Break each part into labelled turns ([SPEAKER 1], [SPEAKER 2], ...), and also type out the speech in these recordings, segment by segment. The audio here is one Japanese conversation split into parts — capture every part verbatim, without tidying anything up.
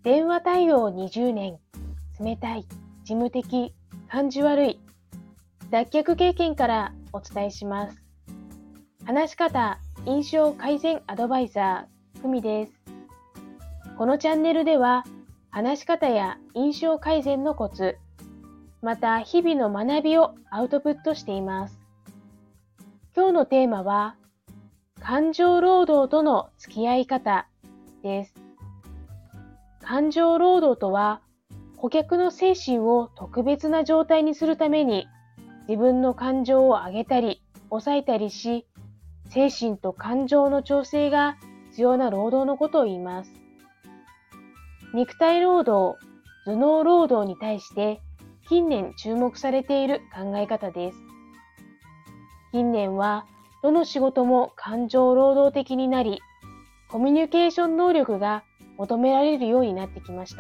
[SPEAKER 1] 電話対応にじゅうねん、冷たい、事務的、感じ悪い、脱却経験からお伝えします。話し方、印象改善アドバイザー、ふみです。このチャンネルでは、話し方や印象改善のコツ、また日々の学びをアウトプットしています。今日のテーマは、感情労働との付き合い方です。感情労働とは、顧客の精神を特別な状態にするために、自分の感情を上げたり、抑えたりし、精神と感情の調整が必要な労働のことを言います。肉体労働、頭脳労働に対して近年注目されている考え方です。近年はどの仕事も感情労働的になり、コミュニケーション能力が求められるようになってきました。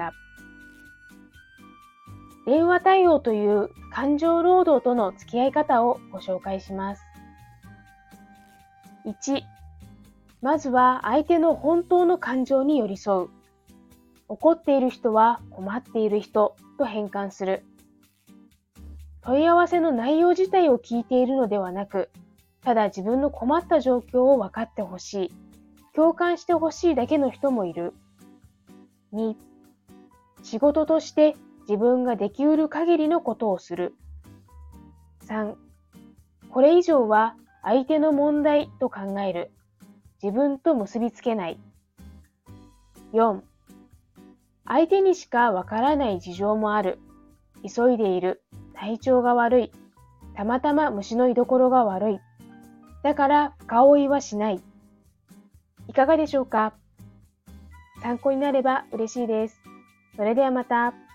[SPEAKER 1] 電話対応という感情労働との付き合い方をご紹介します。いち、まずは相手の本当の感情に寄り添う。怒っている人は困っている人と変換する。問い合わせの内容自体を聞いているのではなく、ただ自分の困った状況を分かってほしい、共感してほしいだけの人もいる。に、仕事として自分ができうる限りのことをする。さん、これ以上は相手の問題と考える。自分と結びつけない。よん、相手にしかわからない事情もある。急いでいる。体調が悪い。たまたま虫の居所が悪い。だから深追いはしない。いかがでしょうか？参考になれば嬉しいです。それではまた。